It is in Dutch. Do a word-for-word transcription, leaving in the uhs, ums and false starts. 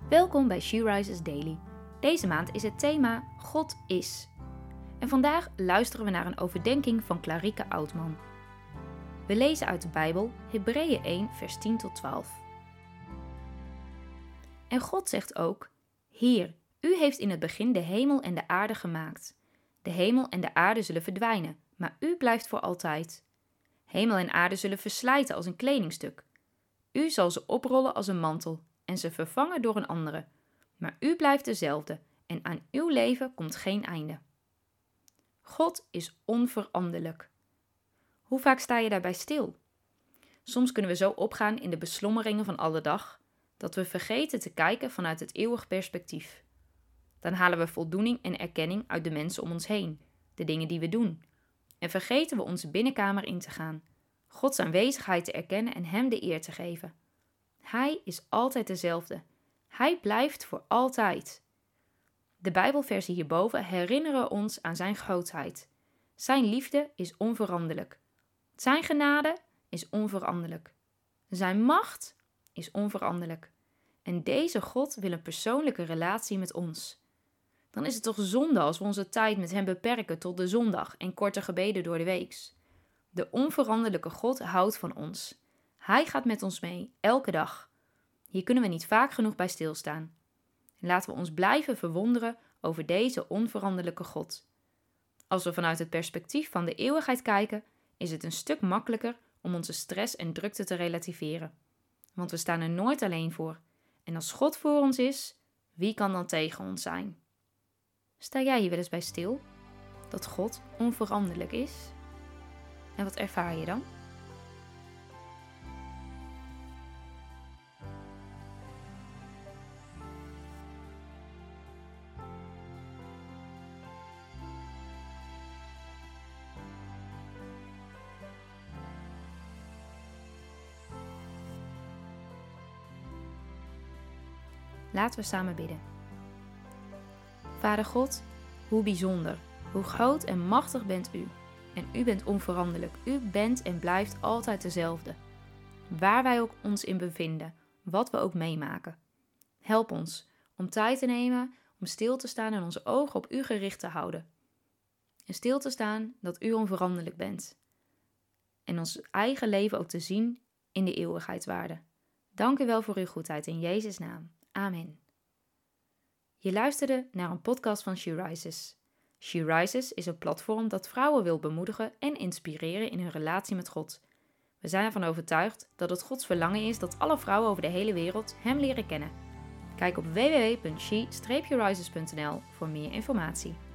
Welkom bij She Rises Daily. Deze maand is het thema God is. En vandaag luisteren we naar een overdenking van Clarike Oudman. We lezen uit de Bijbel Hebreeën één vers tien tot twaalf. En God zegt ook: Heer, u heeft in het begin de hemel en de aarde gemaakt. De hemel en de aarde zullen verdwijnen, maar u blijft voor altijd. Hemel en aarde zullen verslijten als een kledingstuk. U zal ze oprollen als een mantel en ze vervangen door een andere. Maar u blijft dezelfde en aan uw leven komt geen einde. God is onveranderlijk. Hoe vaak sta je daarbij stil? Soms kunnen we zo opgaan in de beslommeringen van alle dag, dat we vergeten te kijken vanuit het eeuwig perspectief. Dan halen we voldoening en erkenning uit de mensen om ons heen, de dingen die we doen. En vergeten we onze binnenkamer in te gaan, Gods aanwezigheid te erkennen en Hem de eer te geven. Hij is altijd dezelfde. Hij blijft voor altijd. De Bijbelversen hierboven herinneren ons aan zijn grootheid. Zijn liefde is onveranderlijk. Zijn genade is onveranderlijk. Zijn macht is onveranderlijk. En deze God wil een persoonlijke relatie met ons. Dan is het toch zonde als we onze tijd met hem beperken tot de zondag en korte gebeden door de weeks. De onveranderlijke God houdt van ons. Hij gaat met ons mee, elke dag. Hier kunnen we niet vaak genoeg bij stilstaan. Laten we ons blijven verwonderen over deze onveranderlijke God. Als we vanuit het perspectief van de eeuwigheid kijken, is het een stuk makkelijker om onze stress en drukte te relativeren. Want we staan er nooit alleen voor. En als God voor ons is, wie kan dan tegen ons zijn? Sta jij hier wel eens bij stil? Dat God onveranderlijk is? En wat ervaar je dan? Laten we samen bidden. Vader God, hoe bijzonder, hoe groot en machtig bent u. En u bent onveranderlijk. U bent en blijft altijd dezelfde. Waar wij ook ons in bevinden, wat we ook meemaken. Help ons om tijd te nemen, om stil te staan en onze ogen op u gericht te houden. En stil te staan dat u onveranderlijk bent. En ons eigen leven ook te zien in de eeuwigheidswaarde. Dank u wel voor uw goedheid in Jezus' naam. Amen. Je luisterde naar een podcast van She Rises. She Rises is een platform dat vrouwen wil bemoedigen en inspireren in hun relatie met God. We zijn ervan overtuigd dat het Gods verlangen is dat alle vrouwen over de hele wereld Hem leren kennen. Kijk op w w w punt she rises punt n l voor meer informatie.